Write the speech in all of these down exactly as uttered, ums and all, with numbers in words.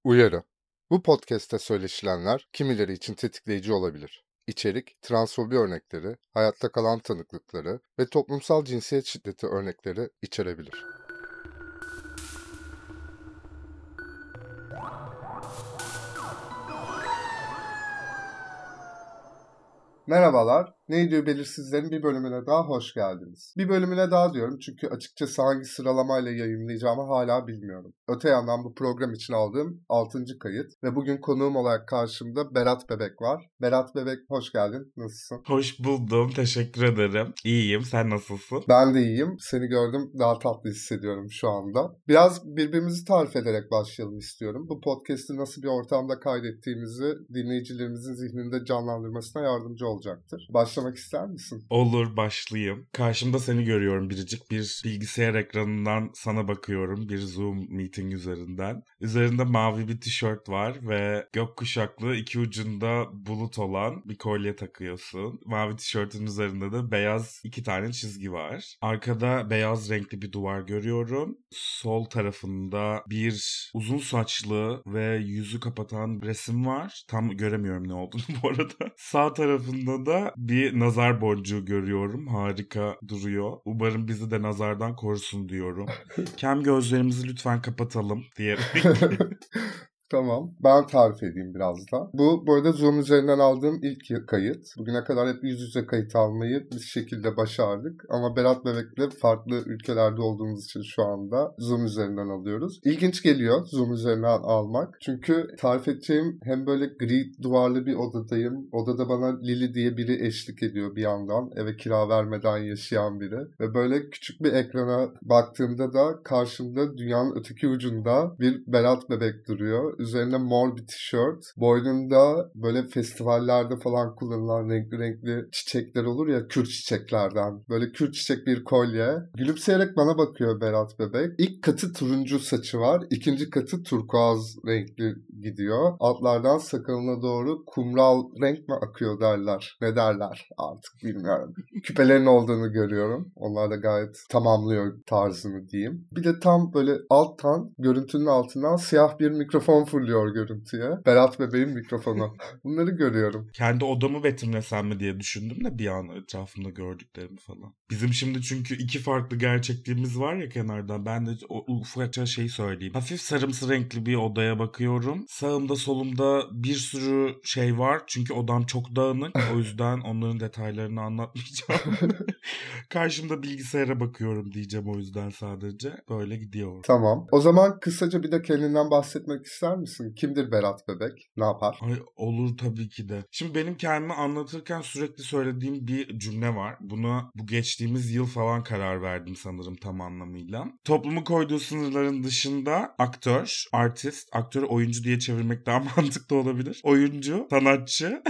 Uyarı. Bu podcast'te söyleşilenler kimileri için tetikleyici olabilir. İçerik, transfobi örnekleri, hayatta kalan tanıklıkları ve toplumsal cinsiyet şiddeti örnekleri içerebilir. Merhabalar, Neydi Belirsizlerin bir bölümüne daha hoş geldiniz. Bir bölümüne daha diyorum çünkü açıkçası hangi sıralamayla yayınlayacağımı hala bilmiyorum. Öte yandan bu program için aldığım altıncı kayıt ve bugün konuğum olarak karşımda Berat Bebek var. Berat Bebek, hoş geldin, nasılsın? Hoş buldum, teşekkür ederim. İyiyim, sen nasılsın? Ben de iyiyim, seni gördüm daha tatlı hissediyorum şu anda. Biraz birbirimizi tarif ederek başlayalım istiyorum. Bu podcast'i nasıl bir ortamda kaydettiğimizi dinleyicilerimizin zihninde canlandırmasına yardımcı olacaktır. Başlamak ister misin? Olur, başlayayım. Karşımda seni görüyorum biricik. Bir bilgisayar ekranından sana bakıyorum. Bir Zoom meeting üzerinden. Üzerinde mavi bir tişört var ve gökkuşaklı iki ucunda bulut olan bir kolye takıyorsun. Mavi tişörtün üzerinde de beyaz iki tane çizgi var. Arkada beyaz renkli bir duvar görüyorum. Sol tarafında bir uzun saçlı ve yüzü kapatan resim var. Tam göremiyorum ne olduğunu bu arada. Sağ tarafında da bir nazar boncuğu görüyorum. Harika duruyor. Umarım bizi de nazardan korusun diyorum. Kem gözlerimizi lütfen kapatalım diyerek. Tamam. Ben tarif edeyim biraz da. Bu bu arada Zoom üzerinden aldığım ilk kayıt. Bugüne kadar hep yüz yüze kayıt almayı bir şekilde başardık. Ama Berat Bebek'le farklı ülkelerde olduğumuz için şu anda Zoom üzerinden alıyoruz. İlginç geliyor Zoom üzerinden almak. Çünkü tarif edeceğim hem böyle gri duvarlı bir odadayım. Odada bana Lili diye biri eşlik ediyor bir yandan. Eve kira vermeden yaşayan biri. Ve böyle küçük bir ekrana baktığımda da karşımda dünyanın öteki ucunda bir Berat Bebek duruyor. Üzerinde mor bir tişört. Boynunda böyle festivallerde falan kullanılan renkli renkli çiçekler olur ya, kür çiçeklerden. Böyle kür çiçek bir kolye. Gülümseyerek bana bakıyor Berat Bebek. İlk katı turuncu saçı var. İkinci katı turkuaz renkli gidiyor. Altlardan sakalına doğru kumral renk mi akıyor derler. Ne derler artık bilmiyorum. Küpelerin olduğunu görüyorum. Onlar da gayet tamamlıyor tarzını diyeyim. Bir de tam böyle alttan, görüntünün altından siyah bir mikrofon fırlıyor görüntüye. Berat Bebek'in mikrofonu. Bunları görüyorum. Kendi odamı betimlesem mi diye düşündüm de bir an etrafımda gördüklerimi falan. Bizim şimdi çünkü iki farklı gerçekliğimiz var ya kenardan. Ben de o ufakça şey söyleyeyim. Hafif sarımsı renkli bir odaya bakıyorum. Sağımda solumda bir sürü şey var. Çünkü odam çok dağınık. O yüzden onların detaylarını anlatmayacağım. Karşımda bilgisayara bakıyorum diyeceğim o yüzden sadece. Böyle gidiyor. Tamam. O zaman kısaca bir de kendinden bahsetmek ister misin? Kimdir Berat Bebek? Ne yapar? Ay, olur tabii ki de. Şimdi benim kendimi anlatırken sürekli söylediğim bir cümle var. Buna bu geçtiğimiz yıl falan karar verdim sanırım tam anlamıyla. Toplumu koyduğu sınırların dışında aktör, artist, aktörü oyuncu diye çevirmek daha mantıklı olabilir. Oyuncu, sanatçı,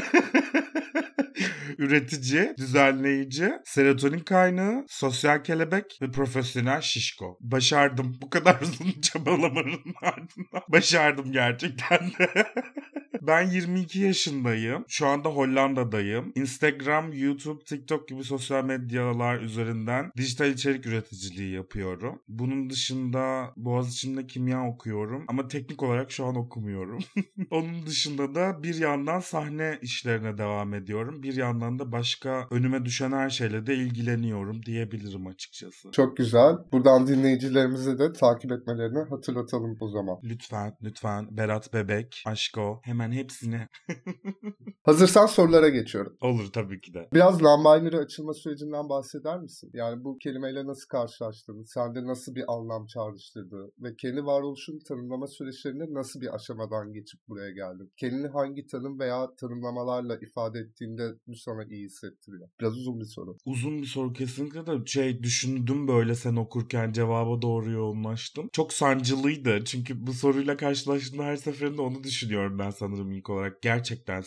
üretici, düzenleyici, serotonin kaynağı, sosyal kelebek ve profesyonel şişko. Başardım. Bu kadar uzun çabalamaların ardından. Başardım gerçekten de. Ben yirmi iki yaşındayım. Şu anda Hollanda'dayım. Instagram, YouTube, TikTok gibi sosyal medyalar üzerinden dijital içerik üreticiliği yapıyorum. Bunun dışında Boğaziçi'nde kimya okuyorum. Ama teknik olarak şu an okumuyorum. Onun dışında da bir yandan sahne işlerine devam ediyorum. Bir yandan da başka önüme düşen her şeyle de ilgileniyorum diyebilirim açıkçası. Çok güzel. Buradan dinleyicilerimize de takip etmelerini hatırlatalım o zaman. Lütfen, lütfen Berat Bebek, Aşko, hemen hepsini. Hazırsan sorulara geçiyorum. Olur tabii ki de. Biraz non-binary açılma sürecinden bahseder misin? Yani bu kelimeyle nasıl karşılaştın? Sende nasıl bir anlam çağrıştırdı? Ve kendi varoluşunu tanımlama süreçlerinde nasıl bir aşamadan geçip buraya geldin? Kendini hangi tanım veya tanımlamalarla ifade ettiğinde bu sana iyi hissettiriyor? Biraz uzun bir soru. Uzun bir soru kesinlikle de şey düşündüm böyle sen okurken cevaba doğru yoğunlaştım. Çok sancılıydı çünkü bu soruyla karşılaştığımda her seferinde onu düşünüyorum ben sanırım ilk olarak. Gerçekten sancılıydı.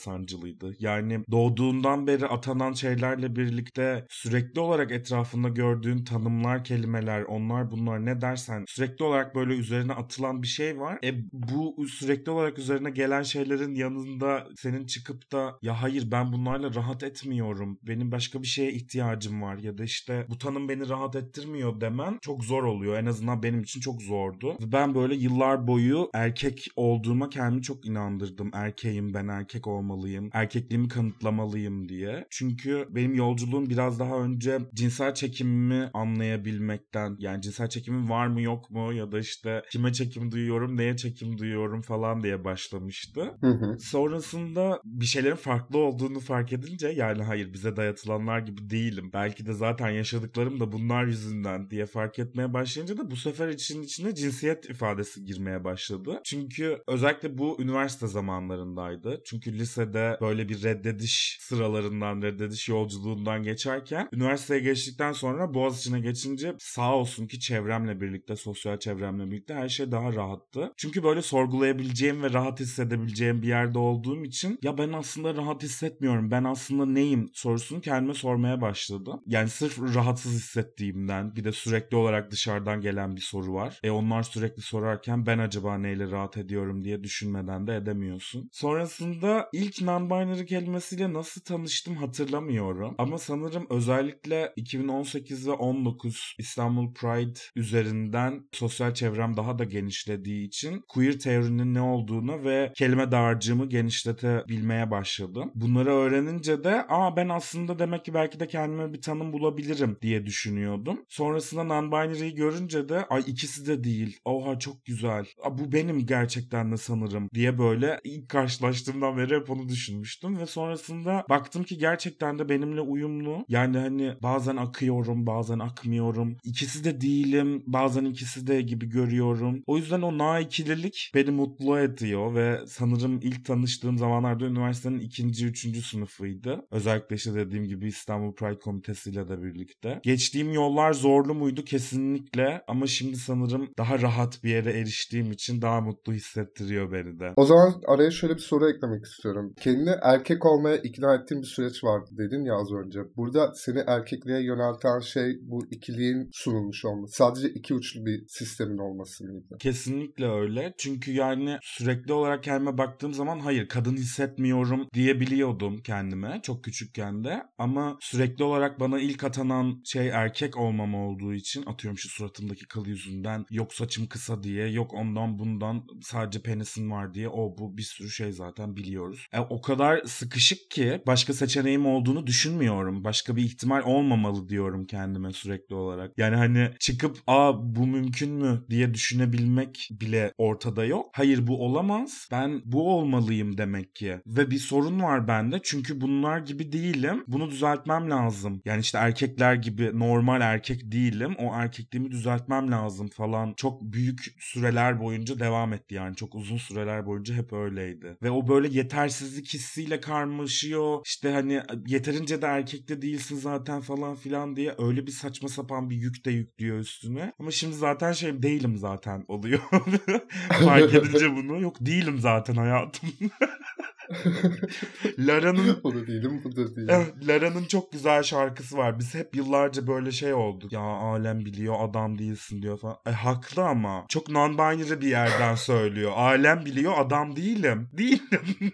sıkıntılıydı. Yani doğduğundan beri atanan şeylerle birlikte sürekli olarak etrafında gördüğün tanımlar, kelimeler, onlar bunlar ne dersen sürekli olarak böyle üzerine atılan bir şey var. E bu sürekli olarak üzerine gelen şeylerin yanında senin çıkıp da ya hayır ben bunlarla rahat etmiyorum, benim başka bir şeye ihtiyacım var ya da işte bu tanım beni rahat ettirmiyor demen çok zor oluyor. En azından benim için çok zordu. Ve ben böyle yıllar boyu erkek olduğuma kendimi çok inandırdım. Erkeğim, ben erkek olmalıyım, erkekliğimi kanıtlamalıyım diye. Çünkü benim yolculuğum biraz daha önce cinsel çekimimi anlayabilmekten, yani cinsel çekimim var mı yok mu ya da işte kime çekim duyuyorum, neye çekim duyuyorum falan diye başlamıştı. Hı hı. Sonrasında bir şeylerin farklı olduğunu fark edince yani hayır bize dayatılanlar gibi değilim, belki de zaten yaşadıklarım da bunlar yüzünden diye fark etmeye başlayınca da bu sefer için içine cinsiyet ifadesi girmeye başladı. Çünkü özellikle bu üniversite zamanlarındaydı. Çünkü lisede böyle bir reddediş sıralarından, reddediş yolculuğundan geçerken üniversiteye geçtikten sonra Boğaziçi'ne geçince sağ olsun ki çevremle birlikte, sosyal çevremle birlikte her şey daha rahattı. Çünkü böyle sorgulayabileceğim ve rahat hissedebileceğim bir yerde olduğum için ya ben aslında rahat hissetmiyorum, ben aslında neyim sorusunu kendime sormaya başladım. Yani sırf rahatsız hissettiğimden, bir de sürekli olarak dışarıdan gelen bir soru var. E onlar sürekli sorarken ben acaba neyle rahat ediyorum diye düşünmeden de edemiyorsun. Sonrasında ilk non-binary kelimesiyle nasıl tanıştım hatırlamıyorum. Ama sanırım özellikle iki bin on sekiz ve on dokuz İstanbul Pride üzerinden sosyal çevrem daha da genişlediği için queer teorinin ne olduğunu ve kelime dağarcığımı genişletebilmeye başladım. Bunları öğrenince de aa ben aslında demek ki belki de kendime bir tanım bulabilirim diye düşünüyordum. Sonrasında non-binary'yi görünce de ay ikisi de değil. Oha çok güzel. Aa, bu benim gerçekten de sanırım diye böyle ilk karşılaştığımdan beri hep onu düşünmüştüm ve sonrasında baktım ki gerçekten de benimle uyumlu. Yani hani bazen akıyorum, bazen akmıyorum. İkisi de değilim, bazen ikisi de gibi görüyorum. O yüzden o na ikililik beni mutlu ediyor ve sanırım ilk tanıştığım zamanlarda üniversitenin ikinci, üçüncü sınıfıydı. Özellikle işte dediğim gibi İstanbul Pride Komitesi'yle de birlikte. Geçtiğim yollar zorlu muydu? Kesinlikle. Ama şimdi sanırım daha rahat bir yere eriştiğim için daha mutlu hissettiriyor beni de. O zaman araya şöyle bir soru eklemek istiyorum. Kendini erkek olmaya ikna ettiğin bir süreç vardı dedin ya az önce. Burada seni erkekliğe yönelten şey bu ikiliğin sunulmuş olması. Sadece iki uçlu bir sistemin olması mıydı? Kesinlikle öyle. Çünkü yani sürekli olarak kendime baktığım zaman hayır kadın hissetmiyorum diyebiliyordum kendime çok küçükken de. Ama sürekli olarak bana ilk atanan şey erkek olmam olduğu için, atıyorum şu suratımdaki kıl yüzünden, yok saçım kısa diye, yok ondan bundan, sadece penisin var diye, o bu bir sürü şey zaten biliyoruz. E, o kadar sıkışık ki başka seçeneğim olduğunu düşünmüyorum. Başka bir ihtimal olmamalı diyorum kendime sürekli olarak. Yani hani çıkıp aa bu mümkün mü diye düşünebilmek bile ortada yok. Hayır bu olamaz. Ben bu olmalıyım demek ki. Ve bir sorun var bende. Çünkü bunlar gibi değilim. Bunu düzeltmem lazım. Yani işte erkekler gibi normal erkek değilim. O erkekliğimi düzeltmem lazım falan. Çok büyük süreler boyunca devam etti yani. Çok uzun süreler boyunca hep öyleydi. Ve o böyle yetersizlik hissiyle karmaşıyor. İşte hani yeterince de erkek de değilsin zaten falan filan diye öyle bir saçma sapan bir yük de yüklüyor üstüne. Ama şimdi zaten şey değilim zaten oluyor. Fark edince bunu. Yok değilim zaten hayatım. Lara'nın O da değilim, bu da değilim. Evet, Lara'nın çok güzel şarkısı var. Biz hep yıllarca böyle şey olduk. Ya alem biliyor adam değilsin diyor falan. E, haklı ama. Çok non-binary bir yerden söylüyor. Alem biliyor adam değilim. Değilim.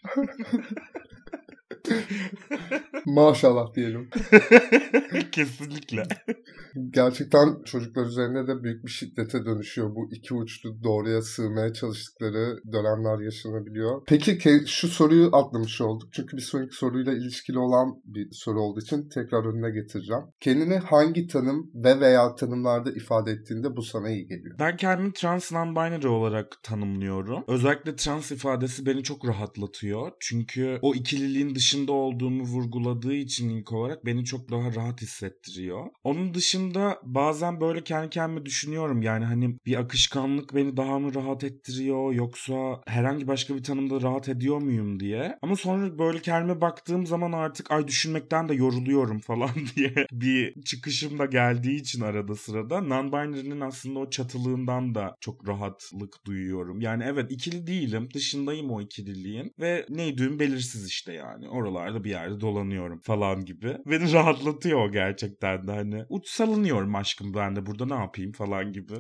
Maşallah diyelim. Kesinlikle. Gerçekten çocuklar üzerine de büyük bir şiddete dönüşüyor. Bu iki uçlu doğruya sığmaya çalıştıkları dönemler yaşanabiliyor. Peki ke- şu soruyu atlamış olduk. Çünkü bir sonraki soruyla ilişkili olan bir soru olduğu için tekrar önüne getireceğim. Kendini hangi tanım ve veya tanımlarda ifade ettiğinde bu sana iyi geliyor? Ben kendimi trans non-binary olarak tanımlıyorum. Özellikle trans ifadesi beni çok rahatlatıyor. Çünkü o ikililiğin dışında olduğumu vurguladığı olmadığı için ilk olarak beni çok daha rahat hissettiriyor. Onun dışında bazen böyle kendi kendime düşünüyorum, yani hani bir akışkanlık beni daha mı rahat ettiriyor yoksa herhangi başka bir tanımda rahat ediyor muyum diye. Ama sonra böyle kendime baktığım zaman artık ay düşünmekten de yoruluyorum falan diye bir çıkışım da geldiği için arada sırada non-binary'nin aslında o çatılığından da çok rahatlık duyuyorum. Yani evet, ikili değilim, dışındayım o ikililiğin ve neydiğim belirsiz işte, yani oralarda bir yerde dolanıyorum falan gibi. Beni rahatlatıyor o gerçekten de, hani uç salınıyorum aşkım ben de burada, ne yapayım falan gibi.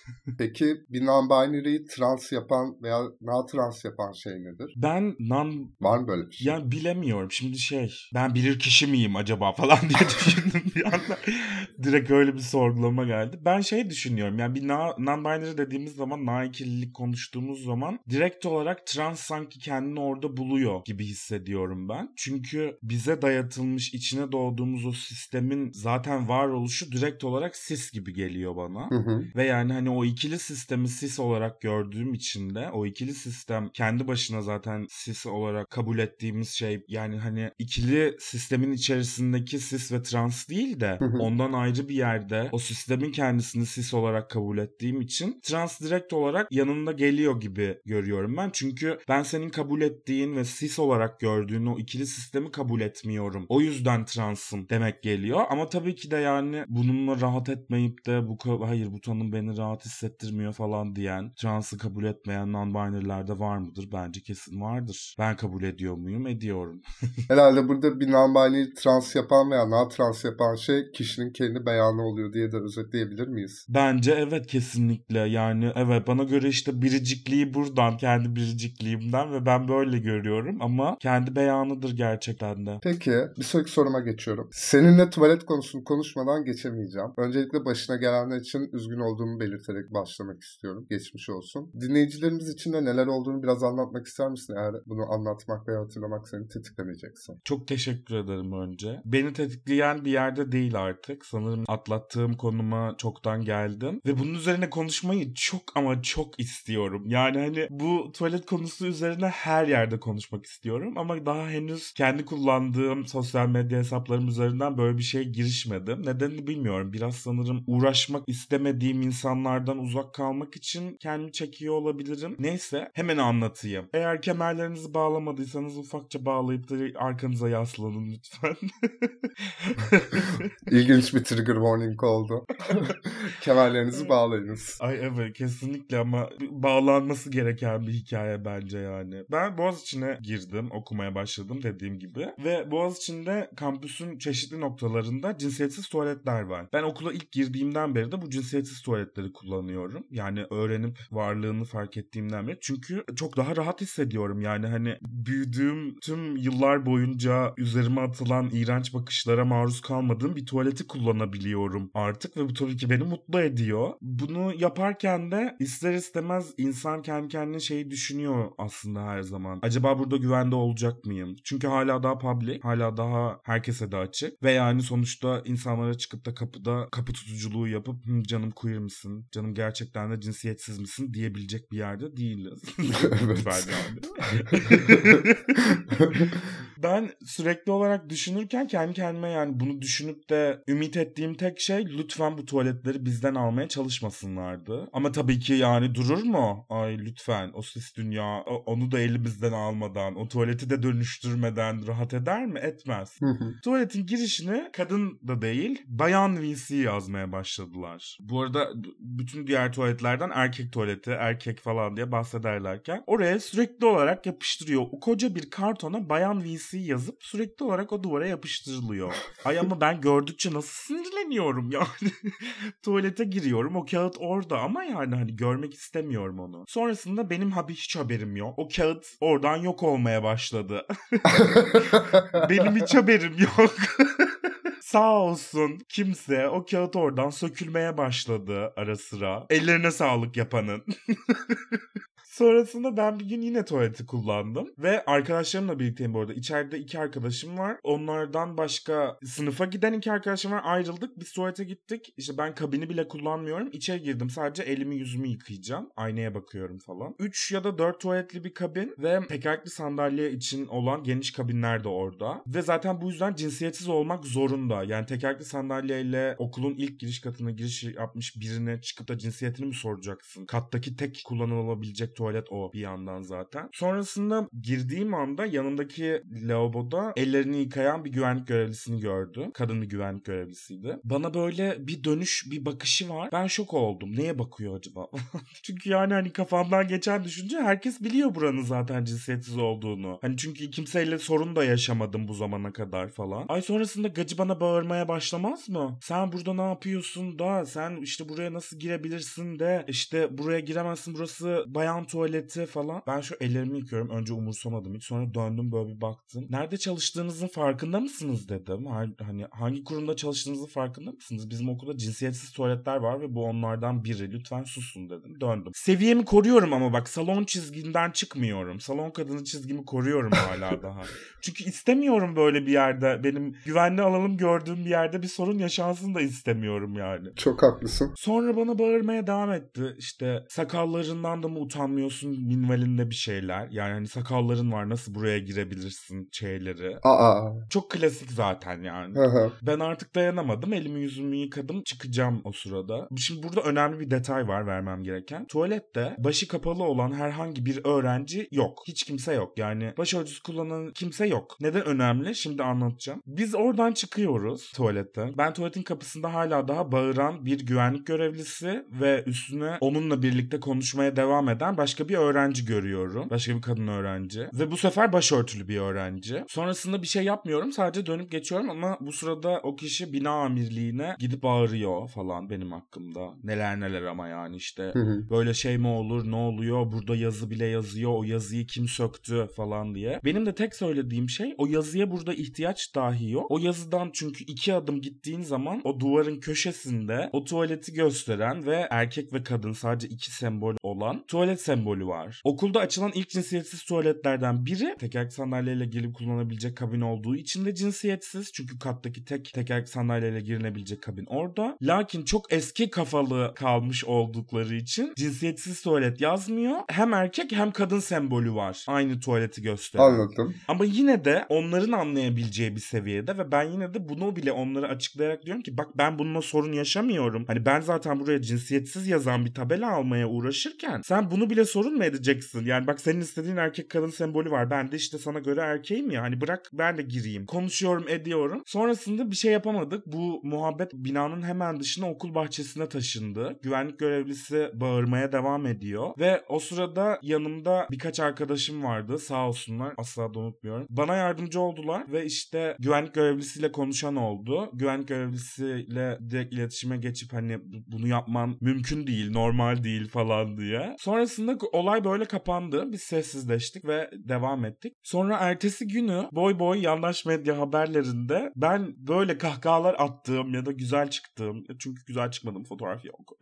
Peki bir non-binary'yi trans yapan veya na trans yapan şey nedir? Ben non... Var mı böyle bir şey? Yani bilemiyorum. Şimdi şey, ben bilir kişi miyim acaba falan diye düşündüm bir anda. Direkt öyle bir sorgulama geldi. Ben şey düşünüyorum, yani bir na- non-binary dediğimiz zaman, na ikililik konuştuğumuz zaman direkt olarak trans sanki kendini orada buluyor gibi hissediyorum ben. Çünkü bize dayatılmış, içine doğduğumuz o sistemin zaten varoluşu direkt olarak cis gibi geliyor bana. Hı hı. Ve yani hani o ikili sistemi cis olarak gördüğüm için de o ikili sistem kendi başına zaten cis olarak kabul ettiğimiz şey, yani hani ikili sistemin içerisindeki cis ve trans değil de Hı hı. ondan ayrı bir yerde o sistemin kendisini cis olarak kabul ettiğim için trans direkt olarak yanında geliyor gibi görüyorum ben. Çünkü ben senin kabul ettiğin ve cis olarak gördüğün o ikili sistemi kabul etmiyorum. O yüzden transım demek geliyor. Ama tabii ki de yani bununla rahat etmeyip de bu hayır bu tanım beni rahat hissettirmiyor falan diyen, transı kabul etmeyen non-binary'lerde var mıdır? Bence kesin vardır. Ben kabul ediyor muyum? Ediyorum. Herhalde burada bir non-binary trans yapan veya na trans yapan şey kişinin kendi beyanı oluyor diye de özetleyebilir miyiz? Bence evet, kesinlikle. Yani evet, bana göre işte biricikliği buradan, kendi biricikliğimden ve ben böyle görüyorum ama kendi beyanıdır gerçekten de. Peki bir sonraki soruma geçiyorum. Seninle tuvalet konusunu konuşmadan geçemeyeceğim. Öncelikle başına gelenler için üzgün olduğumu belirterek başlamak istiyorum. Geçmiş olsun. Dinleyicilerimiz için de neler olduğunu biraz anlatmak ister misin? Eğer bunu anlatmak veya hatırlamak seni tetiklemeyecekse. Çok teşekkür ederim önce. Beni tetikleyen bir yerde değil artık. Sanırım atlattığım konuma çoktan geldim. Ve bunun üzerine konuşmayı çok ama çok istiyorum. Yani hani bu tuvalet konusu üzerine her yerde konuşmak istiyorum. Ama daha henüz kendi kullandığım sosyal medya hesaplarım üzerinden böyle bir şeye girişmedim. Nedenini bilmiyorum. Biraz sanırım uğraşmak istemediğim insanlardan uzak kalmak için kendimi çekiyor olabilirim. Neyse, hemen anlatayım. Eğer kemerlerinizi bağlamadıysanız ufakça bağlayıp da arkanıza yaslanın lütfen. İlginç bir trigger warning oldu. Kemerlerinizi bağlayınız. Ay evet, kesinlikle, ama bağlanması gereken bir hikaye bence yani. Ben Boğaziçi'ne girdim, okumaya başladım dediğim gibi. Ve Boğaziçi'nde kampüsün çeşitli noktalarında cinsiyetsiz tuvaletler var. Ben okula ilk girdiğimden beri de bu cinsiyetsiz tuvaletleri kullanıyorum. Yani öğrenip varlığını fark ettiğimden beri. Çünkü çok daha rahat hissediyorum. Yani hani büyüdüğüm tüm yıllar boyunca üzerime atılan iğrenç bakışlara maruz kalmadığım bir tuvaleti kullanabiliyorum artık ve bu tabii ki beni mutlu ediyor. Bunu yaparken de ister istemez insan kendi kendine şeyi düşünüyor aslında her zaman. Acaba burada güvende olacak mıyım? Çünkü hala daha public, hala daha herkese de açık ve yani sonuçta insanlara çıkıp da kapıda kapı tutuculuğu yapıp canım queer misin? Canım gerçekten de cinsiyetsiz misin? Diyebilecek bir yerde değiliz. Lütfen yani. Ben sürekli olarak düşünürken kendi kendime yani bunu düşünüp de ümit ettiğim tek şey lütfen bu tuvaletleri bizden almaya çalışmasınlardı. Ama tabii ki yani durur mu? Ay lütfen, o sis dünya onu da elimizden almadan, o tuvaleti de dönüştürmeden rahat eder mi? Etmez. Tuvaletin girişine kadın da değil bayan V C yazmaya başladılar. Bu arada bütün diğer tuvaletlerden erkek tuvaleti, erkek falan diye bahsederlerken oraya sürekli olarak yapıştırıyor. O koca bir kartona bayan V C yazıp sürekli olarak o duvara yapıştırılıyor. Ay ama ben gördükçe nasıl sinirleniyorum yani. Tuvalete giriyorum, o kağıt orada ama yani hani görmek istemiyorum onu. Sonrasında benim habi hiç haberim yok. O kağıt oradan yok olmaya başladı. Benim hiç haberim yok. Sağ olsun kimse o kağıt oradan sökülmeye başladı ara sıra. Ellerine sağlık yapanın. Sonrasında ben bir gün yine tuvaleti kullandım. Ve arkadaşlarımla birlikteyim bu arada. İçeride iki arkadaşım var. Onlardan başka sınıfa giden iki arkadaşım var. Ayrıldık. Biz tuvalete gittik. İşte ben kabini bile kullanmıyorum. İçeri girdim. Sadece elimi yüzümü yıkayacağım. Aynaya bakıyorum falan. üç ya da dört tuvaletli bir kabin ve tekerlekli sandalye için olan geniş kabinler de orada. Ve zaten bu yüzden cinsiyetsiz olmak zorunda. Yani tekerlekli sandalyeyle okulun ilk giriş katına giriş yapmış birine çıkıp da cinsiyetini mi soracaksın? Kattaki tek kullanılabilecek tuvalet o bir yandan zaten. Sonrasında girdiğim anda yanındaki lavaboda ellerini yıkayan bir güvenlik görevlisini gördüm. Kadın bir güvenlik görevlisiydi. Bana böyle bir dönüş, bir bakışı var. Ben şok oldum. Neye bakıyor acaba? Çünkü yani hani kafamdan geçen düşünce herkes biliyor buranın zaten cinsiyetsiz olduğunu. Hani çünkü kimseyle sorun da yaşamadım bu zamana kadar falan. Ay sonrasında gacı bana bağırmaya başlamaz mı? Sen burada ne yapıyorsun da? Sen işte buraya nasıl girebilirsin de? İşte buraya giremezsin, burası bayan tuvaleti falan. Ben şu ellerimi yıkıyorum. Önce umursamadım hiç. Sonra döndüm böyle bir baktım. Nerede çalıştığınızın farkında mısınız dedim. Hani hangi kurumda çalıştığınızın farkında mısınız? Bizim okulda cinsiyetsiz tuvaletler var ve bu onlardan biri. Lütfen susun dedim. Döndüm. Seviyemi koruyorum ama bak salon çizgimden çıkmıyorum. Salon kadını çizgimi koruyorum hala daha. Çünkü istemiyorum böyle bir yerde. Benim güvenli alanım gördüğüm bir yerde bir sorun yaşansın da istemiyorum yani. Çok haklısın. Sonra bana bağırmaya devam etti. İşte sakallarından da mı utanmıyorsun minvalinde bir şeyler. Yani hani sakalların var nasıl buraya girebilirsin şeyleri. Aa. Çok klasik zaten yani. Ben artık dayanamadım. Elimi yüzümü yıkadım. Çıkacağım o sırada. Şimdi burada önemli bir detay var vermem gereken. Tuvalette başı kapalı olan herhangi bir öğrenci yok. Hiç kimse yok. Yani başörtüsü kullanan kimse yok. Neden önemli? Şimdi anlatacağım. Biz oradan çıkıyoruz tuvalette. Ben tuvaletin kapısında hala daha bağıran bir güvenlik görevlisi ve üstüne onunla birlikte konuşmaya devam eden başka bir öğrenci görüyorum. Başka bir kadın öğrenci. Ve bu sefer başörtülü bir öğrenci. Sonrasında bir şey yapmıyorum. Sadece dönüp geçiyorum ama bu sırada o kişi bina amirliğine gidip bağırıyor falan benim hakkımda. Neler neler ama yani işte. Hı hı. Böyle şey mi olur? Ne oluyor? Burada yazı bile yazıyor. O yazıyı kim söktü falan diye. Benim de tek söylediğim şey o yazıya burada ihtiyaç dahi yok. O yazıdan çünkü iki adım gittiğin zaman o duvarın köşesinde o tuvaleti gösteren ve erkek ve kadın sadece iki sembol olan tuvalet sembolü var. Okulda açılan ilk cinsiyetsiz tuvaletlerden biri tekerlekli sandalyeyle gelip kullanabilecek kabin olduğu için de cinsiyetsiz. Çünkü kattaki tek tekerlekli sandalyeyle girilebilecek kabin orada. Lakin çok eski kafalı kalmış oldukları için cinsiyetsiz tuvalet yazmıyor. Hem erkek hem kadın sembolü var. Aynı tuvaleti gösteren. Anladım. Ama yine de onların anlayabileceği bir seviyede ve ben yine de bunu bile onlara açıklayarak diyorum ki bak ben bununla sorun yaşamıyorum. Hani ben zaten buraya cinsiyetsiz yazan bir tabela almaya uğraşırken sen bunu bile sorun mu edeceksin? Yani bak senin istediğin erkek kadın sembolü var. Ben de işte sana göre erkeğim ya. Hani bırak ben de gireyim. Konuşuyorum ediyorum. Sonrasında bir şey yapamadık. Bu muhabbet binanın hemen dışına okul bahçesine taşındı. Güvenlik görevlisi bağırmaya devam ediyor. Ve o sırada yanımda birkaç arkadaşım vardı. Sağ olsunlar. Asla da unutmuyorum. Bana yardımcı oldular ve işte güvenlik görevlisiyle konuşan oldu. Güvenlik görevlisiyle direkt iletişime geçip hani bunu yapman mümkün değil, normal değil falan diye. Sonrasında olay böyle kapandı. Biz sessizleştik ve devam ettik. Sonra ertesi günü boy boy yandaş medya haberlerinde ben böyle kahkahalar attığım ya da güzel çıktığım, çünkü güzel çıkmadım, fotoğraf yok.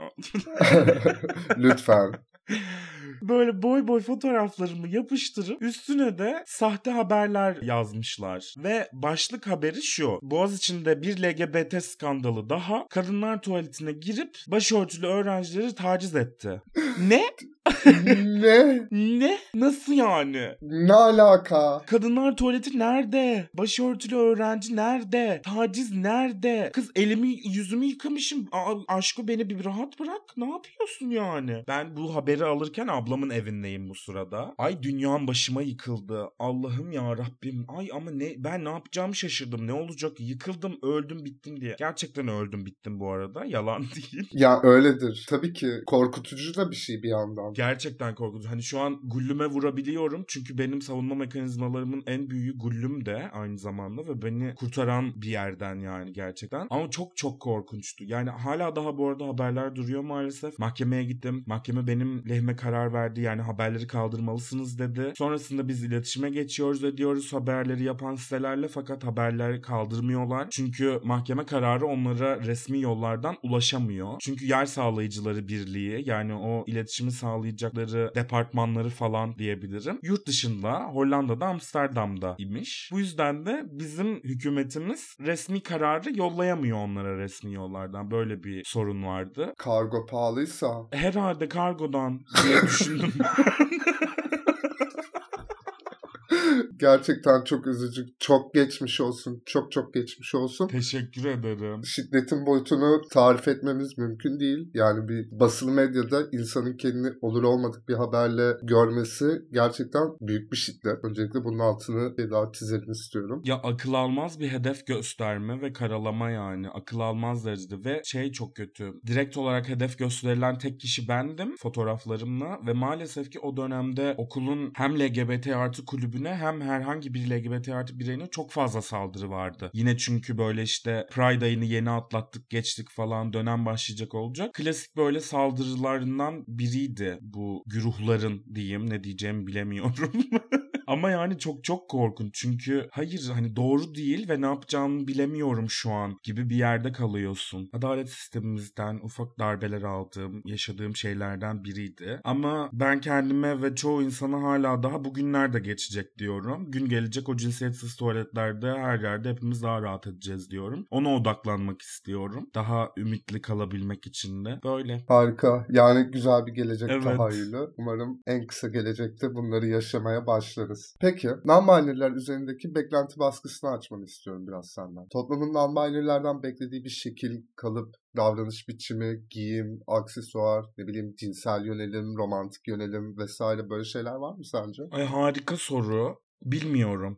Lütfen. Böyle boy boy fotoğraflarımı yapıştırıp üstüne de sahte haberler yazmışlar. Ve başlık haberi şu: Boğaziçi'nde bir L G B T skandalı daha, kadınlar tuvaletine girip başörtülü öğrencileri taciz etti. Ne? Ne? Ne? Nasıl yani? Ne alaka? Kadınlar tuvaleti nerede? Başörtülü öğrenci nerede? Taciz nerede? Kız elimi yüzümü yıkamışım. A- aşkı beni bir rahat bırak. Ne yapıyorsun yani? Ben bu haberi alırken ablamın evindeyim bu sırada. Ay dünyam başıma yıkıldı. Allah'ım ya Rabbim. Ay ama ne ben ne yapacağımı şaşırdım. Ne olacak? Yıkıldım, öldüm, bittim diye. Gerçekten öldüm, bittim bu arada. Yalan değil. Ya öyledir. Tabii ki korkutucu da bir şey bir yandan. Gerçekten korkutucu. Hani şu an gullüme vurabiliyorum. Çünkü benim savunma mekanizmalarımın en büyüğü gullüm de aynı zamanda ve beni kurtaran bir yerden yani gerçekten. Ama çok çok korkunçtu. Yani hala daha bu arada haberler duruyor maalesef. Mahkemeye gittim. Mahkeme benim lehime karar verdi. Yani haberleri kaldırmalısınız dedi. Sonrasında biz iletişime geçiyoruz ediyoruz haberleri yapan sitelerle, fakat haberleri kaldırmıyorlar. Çünkü mahkeme kararı onlara resmi yollardan ulaşamıyor. Çünkü Yer Sağlayıcıları Birliği, yani o iletişimi sağlayan sağlayacakları departmanları falan diyebilirim. Yurt dışında, Hollanda'da, Amsterdam'da imiş. Bu yüzden de bizim hükümetimiz resmi kararı yollayamıyor onlara resmi yollardan. Böyle bir sorun vardı. Kargo pahalıysa. Herhalde kargodan diye düşündüm. Gerçekten çok üzücü. Çok geçmiş olsun. Çok çok geçmiş olsun. Teşekkür ederim. Şiddetin boyutunu tarif etmemiz mümkün değil. Yani bir basılı medyada insanın kendini olur olmadık bir haberle görmesi gerçekten büyük bir şiddet. Öncelikle bunun altını bir daha çizelim istiyorum. Ya akıl almaz bir hedef gösterme ve karalama yani. Akıl almaz derecede ve şey çok kötü. Direkt olarak hedef gösterilen tek kişi bendim fotoğraflarımla ve maalesef ki o dönemde okulun hem L G B T artı kulübüne hem herhangi bir L G B T artı bireyine çok fazla saldırı vardı. Yine çünkü böyle işte Pride ayını yeni atlattık geçtik falan dönem başlayacak olacak. Klasik böyle saldırılarından biriydi bu güruhların diyeyim, ne diyeceğimi bilemiyorum. Ama yani çok çok korkunç çünkü hayır hani doğru değil ve ne yapacağımı bilemiyorum şu an gibi bir yerde kalıyorsun. Adalet sistemimizden ufak darbeler aldığım, yaşadığım şeylerden biriydi. Ama ben kendime ve çoğu insana hala daha bugünler de geçecek diyorum. Gün gelecek o cinsiyetsiz tuvaletlerde her yerde hepimiz daha rahat edeceğiz diyorum. Ona odaklanmak istiyorum. Daha ümitli kalabilmek için de. Böyle. Harika. Yani güzel bir gelecek Evet. tahayyülü. Umarım en kısa gelecekte bunları yaşamaya başlarız. Peki, non-binary'ler üzerindeki beklenti baskısını açmanı istiyorum biraz senden. Toplumun non-binary'lerden beklediği bir şekil, kalıp, davranış biçimi, giyim, aksesuar, ne bileyim cinsel yönelim, romantik yönelim vesaire böyle şeyler var mı sence? Ay harika soru. Bilmiyorum.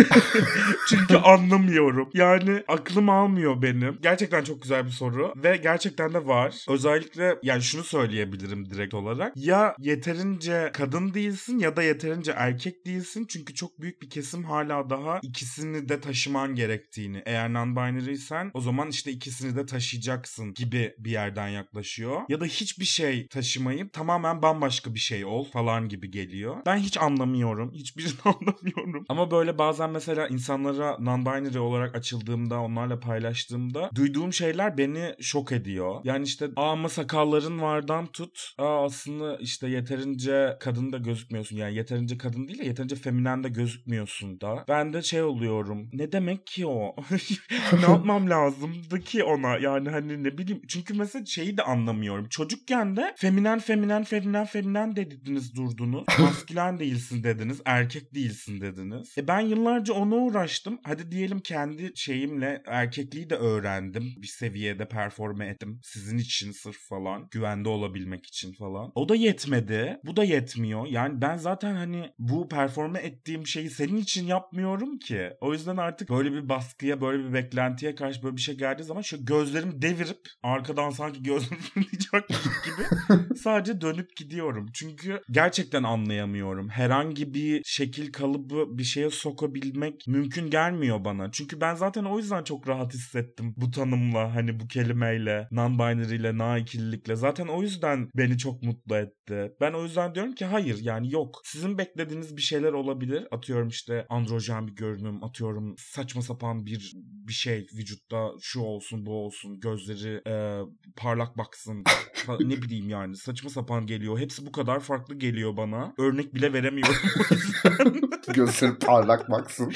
Çünkü anlamıyorum. Yani aklım almıyor benim. Gerçekten çok güzel bir soru. Ve gerçekten de var. Özellikle yani şunu söyleyebilirim direkt olarak. Ya yeterince kadın değilsin ya da yeterince erkek değilsin. Çünkü çok büyük bir kesim hala daha ikisini de taşıman gerektiğini. Eğer non-binary'sen o zaman işte ikisini de taşıyacaksın gibi bir yerden yaklaşıyor. Ya da hiçbir şey taşımayıp tamamen bambaşka bir şey ol falan gibi geliyor. Ben hiç anlamıyorum. Hiçbirini anlamıyorum. Ama böyle bazen mesela insanlara non-binary olarak açıldığımda, onlarla paylaştığımda duyduğum şeyler beni şok ediyor. Yani işte aa ama sakalların vardan tut. Aa aslında işte yeterince kadın da gözükmüyorsun. Yani yeterince kadın değil de yeterince feminen de gözükmüyorsun da. Ben de şey oluyorum. Ne demek ki o? Ne yapmam lazımdı ki ona? Yani hani ne bileyim. Çünkü mesela şeyi de anlamıyorum. Çocukken de feminen feminen feminen feminen dediniz durdunuz. Maskülen değilsin dediniz. Erkek değilsin dediniz. E ben yıllarca ona uğraştım. Hadi diyelim kendi şeyimle erkekliği de öğrendim. Bir seviyede performe ettim. Sizin için sırf falan. Güvende olabilmek için falan. O da yetmedi. Bu da yetmiyor. Yani ben zaten hani bu performe ettiğim şeyi senin için yapmıyorum ki. O yüzden artık böyle bir baskıya, böyle bir beklentiye karşı böyle bir şey geldiği zaman şu gözlerimi devirip arkadan sanki gözlerimi fırlayacakmış gibi sadece dönüp gidiyorum. Çünkü gerçekten anlayamıyorum. Herhangi bir şekil kalıbı bir şeye sokabilmek mümkün gelmiyor bana. Çünkü ben zaten o yüzden çok rahat hissettim bu tanımla, hani bu kelimeyle, non-binary ile, na-ikililikle. Zaten o yüzden beni çok mutlu etti. Ben o yüzden diyorum ki hayır yani yok. Sizin beklediğiniz bir şeyler olabilir. Atıyorum işte androjen bir görünüm, atıyorum saçma sapan bir bir şey vücutta şu olsun bu olsun, gözleri e, parlak baksın. Ne bileyim yani saçma sapan geliyor. Hepsi bu kadar farklı geliyor bana. Örnek bile veremiyorum o yüzden. Gözleri parlak baksın.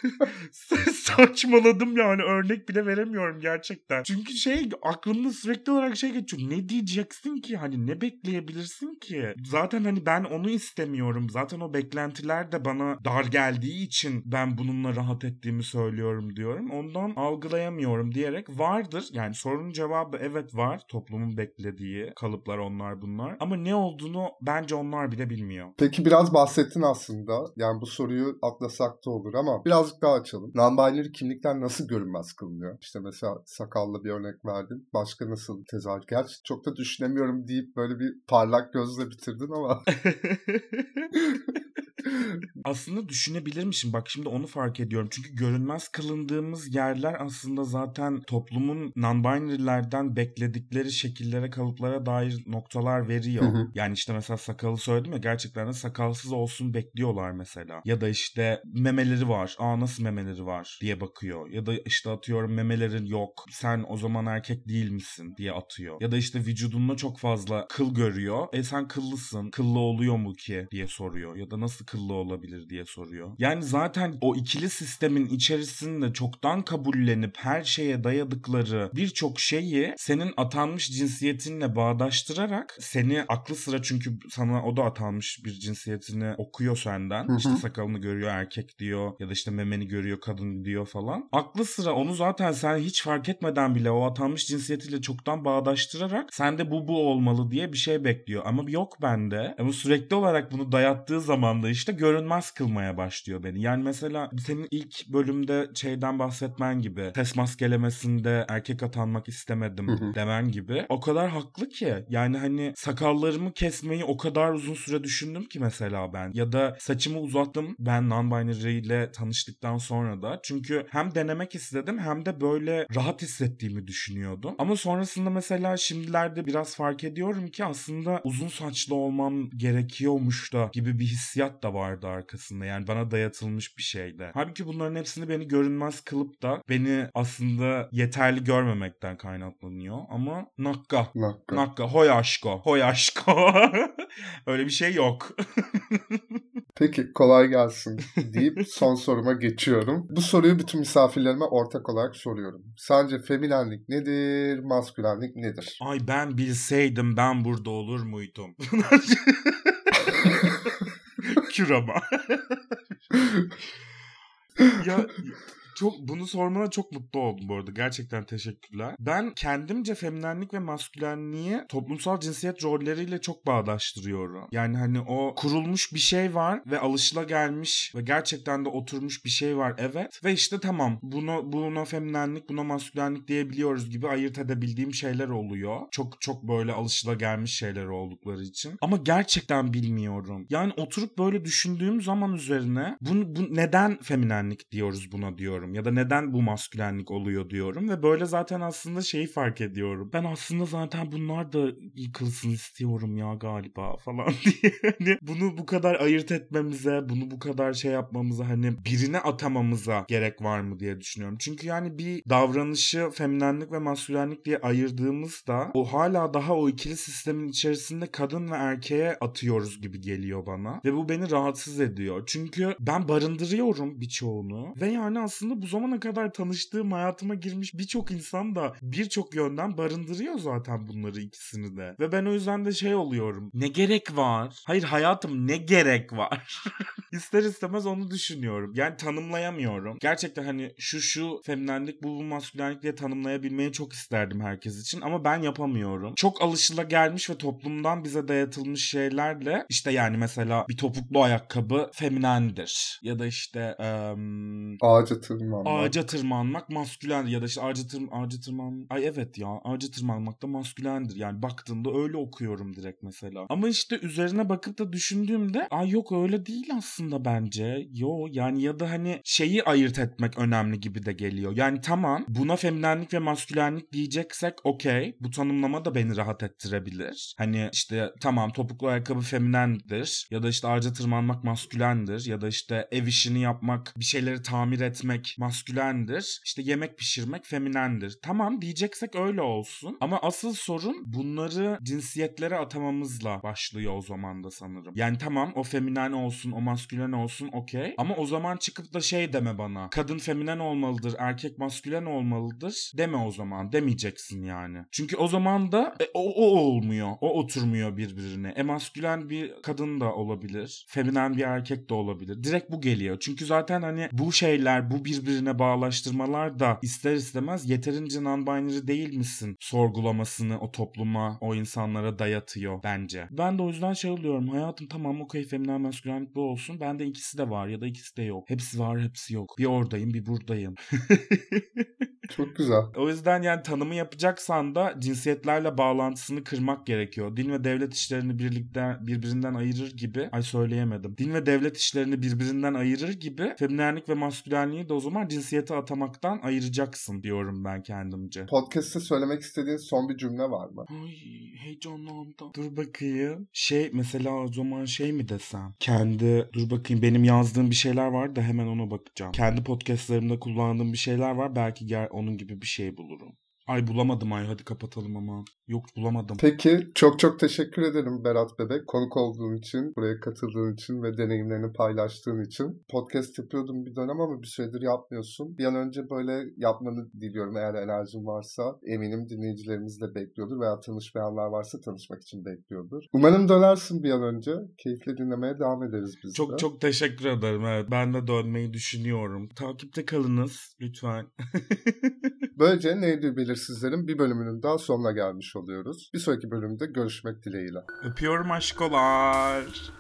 Saçmaladım yani, örnek bile veremiyorum gerçekten. Çünkü şey aklımda sürekli olarak şey geçiyor. Ne diyeceksin ki? Hani ne bekleyebilirsin ki? Zaten hani ben onu istemiyorum. Zaten o beklentiler de bana dar geldiği için ben bununla rahat ettiğimi söylüyorum diyorum. Ondan algılayamıyorum diyerek vardır. Yani sorunun cevabı evet var. Toplumun beklediği kalıplar onlar bunlar. Ama ne olduğunu bence onlar bile bilmiyor. Peki biraz bahsettin aslında. Yani bu soruyu atlasak da olur ama birazcık daha açalım. Non-binary kimlikler nasıl görünmez kılınıyor? İşte mesela sakallı bir örnek verdin. Başka nasıl tezahür? Gerçi çok da düşünemiyorum deyip böyle bir parlak gözle bitirdin ama Aslında düşünebilirmişim. Bak şimdi onu fark ediyorum. Çünkü görünmez kılındığımız yerler aslında zaten toplumun non-binary'lerden bekledikleri şekillere, kalıplara dair noktalar veriyor. Hı hı. Yani işte mesela sakalı söyledim ya, gerçekten de sakalsız olsun bekliyorlar mesela. Ya da işte memeleri var. Aa nasıl memeleri var diye bakıyor. Ya da işte atıyorum memelerin yok. Sen o zaman erkek değil misin diye atıyor. Ya da işte vücudunda çok fazla kıl görüyor. E sen kıllısın. Kıllı oluyor mu ki diye soruyor. Ya da nasıl kıllı olabilir diye soruyor. Yani zaten o ikili sistemin içerisinde çoktan kabullenip her şeye dayadıkları birçok şeyi senin atanmış cinsiyetinle bağdaştırarak seni aklı sıra, çünkü sana o da atanmış bir cinsiyetini okuyor senden. Hı hı. İşte sakalını görüyor erkek diyor ya da işte memeni görüyor kadın diyor falan. Aklı sıra onu zaten sen hiç fark etmeden bile o atanmış cinsiyetiyle çoktan bağdaştırarak sende bu bu olmalı diye bir şey bekliyor. Ama yok bende. Ama sürekli olarak bunu dayattığı zaman da işte görünmez kılmaya başlıyor beni. Yani mesela senin ilk bölümde şeyden bahsetmen gibi, ses maskelemesinde erkek atanmak istemedim Hı hı. demen gibi. O kadar haklı ki. Yani hani sakallarımı kesmeyi o kadar uzun süre düşündüm ki mesela ben. Ya da saçımı uzattım ben non-binary ile tanıştıktan sonra da. Çünkü hem denemek istedim hem de böyle rahat hissettiğimi düşünüyordum. Ama sonrasında mesela şimdilerde biraz fark ediyorum ki aslında uzun saçlı olmam gerekiyormuş da gibi bir hissiyat da vardı arkasında. Yani bana dayatılmış bir şeydi. Halbuki bunların hepsini beni görünmez kılıp da beni aslında yeterli görmemekten kaynaklanıyor. Ama nakka. Nakka. Nakka. Hoy aşko. Hoy aşko. Öyle bir şey yok. Peki kolay gelsin deyip son soruma geçiyorum. Bu soruyu bütün misafirlerime ortak olarak soruyorum. Sence feminenlik nedir, maskülenlik nedir? Ay ben bilseydim ben burada olur muydum? Kür ama. Ya çok bunu sormana çok mutlu oldum bu arada. Gerçekten teşekkürler. Ben kendimce feminenlik ve maskülenliği toplumsal cinsiyet rolleriyle çok bağdaştırıyorum. Yani hani o kurulmuş bir şey var ve alışılagelmiş ve gerçekten de oturmuş bir şey var, evet. Ve işte tamam bunu buna feminenlik, buna maskülenlik diyebiliyoruz gibi ayırt edebildiğim şeyler oluyor. Çok çok böyle alışılagelmiş şeyler oldukları için. Ama gerçekten bilmiyorum. Yani oturup böyle düşündüğüm zaman üzerine bu, bu neden feminenlik diyoruz buna diyorum. Ya da neden bu maskülenlik oluyor diyorum. Ve böyle zaten aslında şeyi fark ediyorum. Ben aslında zaten bunlar da yıkılsın istiyorum ya galiba falan diye. Hani bunu bu kadar ayırt etmemize, bunu bu kadar şey yapmamıza, hani birine atamamıza gerek var mı diye düşünüyorum. Çünkü yani bir davranışı feminenlik ve maskülenlik diye ayırdığımızda o hala daha o ikili sistemin içerisinde kadın ve erkeğe atıyoruz gibi geliyor bana. Ve bu beni rahatsız ediyor. Çünkü ben barındırıyorum birçoğunu. Ve yani aslında bu zamana kadar tanıştığım, hayatıma girmiş birçok insan da birçok yönden barındırıyor zaten bunları ikisini de. Ve ben o yüzden de şey oluyorum. Ne gerek var? Hayır hayatım, ne gerek var? İster istemez onu düşünüyorum. Yani tanımlayamıyorum. Gerçekten hani şu şu feminenlik, bu bu maskülenlik diye tanımlayabilmeyi çok isterdim herkes için. Ama ben yapamıyorum. Çok alışılagelmiş ve toplumdan bize dayatılmış şeylerle işte yani mesela bir topuklu ayakkabı feminendir. Ya da işte um, Ağaca tırmanmak. ağaca tırmanmak maskülen ya da işte ağaca, tır, ağaca tırman... Ay evet ya ağaca tırmanmak da maskülendir. Yani baktığımda öyle okuyorum direkt mesela. Ama işte üzerine bakıp da düşündüğümde ay yok öyle değil aslında bence. Yo yani ya da hani şeyi ayırt etmek önemli gibi de geliyor. Yani tamam buna feminenlik ve maskülenlik diyeceksek okey. Bu tanımlama da beni rahat ettirebilir. Hani işte tamam topuklu ayakkabı feminendir. Ya da işte ağaca tırmanmak maskülendir. Ya da işte ev işini yapmak, bir şeyleri tamir etmek maskülendir. İşte yemek pişirmek feminendir. Tamam diyeceksek öyle olsun. Ama asıl sorun bunları cinsiyetlere atamamızla başlıyor o zaman da sanırım. Yani tamam o feminen olsun, o maskülen olsun okey. Ama o zaman çıkıp da şey deme bana. Kadın feminen olmalıdır, erkek maskülen olmalıdır deme o zaman. Demeyeceksin yani. Çünkü o zaman da e, o, o olmuyor. O oturmuyor birbirine. E maskülen bir kadın da olabilir. Feminen bir erkek de olabilir. Direkt bu geliyor. Çünkü zaten hani bu şeyler, bu birbirine bağlaştırmalar da ister istemez yeterince non-binary değil misin sorgulamasını o topluma, o insanlara dayatıyor bence. Ben de o yüzden şey oluyorum. Hayatım tamam okey feminen maskülenlik bu olsun. Bende ikisi de var ya da ikisi de yok. Hepsi var, hepsi yok. Bir oradayım, bir buradayım. Çok güzel. O yüzden yani tanımı yapacaksan da cinsiyetlerle bağlantısını kırmak gerekiyor. Din ve devlet işlerini birlikte birbirinden ayırır gibi, ay söyleyemedim. Din ve devlet işlerini birbirinden ayırır gibi feminenlik ve maskülenliği de o zaman cinsiyete atamaktan ayıracaksın diyorum ben kendimce. Podcast'te söylemek istediğin son bir cümle var mı? Ay heyecanlandım. Dur bakayım. Şey mesela o zaman şey mi desem? Kendi dur bakayım benim yazdığım bir şeyler var da hemen ona bakacağım. Kendi podcastlarımda kullandığım bir şeyler var. Belki gel onun gibi bir şey bulurum. Ay bulamadım ay hadi kapatalım ama. Yok bulamadım. Peki çok çok teşekkür ederim Berat Bebek. Konuk olduğun için, buraya katıldığın için ve deneyimlerini paylaştığın için. Podcast yapıyordum bir dönem ama bir süredir yapmıyorsun. Bir an önce böyle yapmanı diliyorum eğer enerjin varsa. Eminim dinleyicilerimiz de bekliyordur veya tanışmayanlar varsa tanışmak için bekliyordur. Umarım dönersin bir an önce. Keyifle dinlemeye devam ederiz biz de. Çok çok teşekkür ederim. Evet ben de dönmeyi düşünüyorum. Takipte kalınız lütfen. Böylece Neydi Belirsizlerin bir bölümünün daha sonuna gelmiş oluyoruz. Bir sonraki bölümde görüşmek dileğiyle. Öpüyorum aşkolar.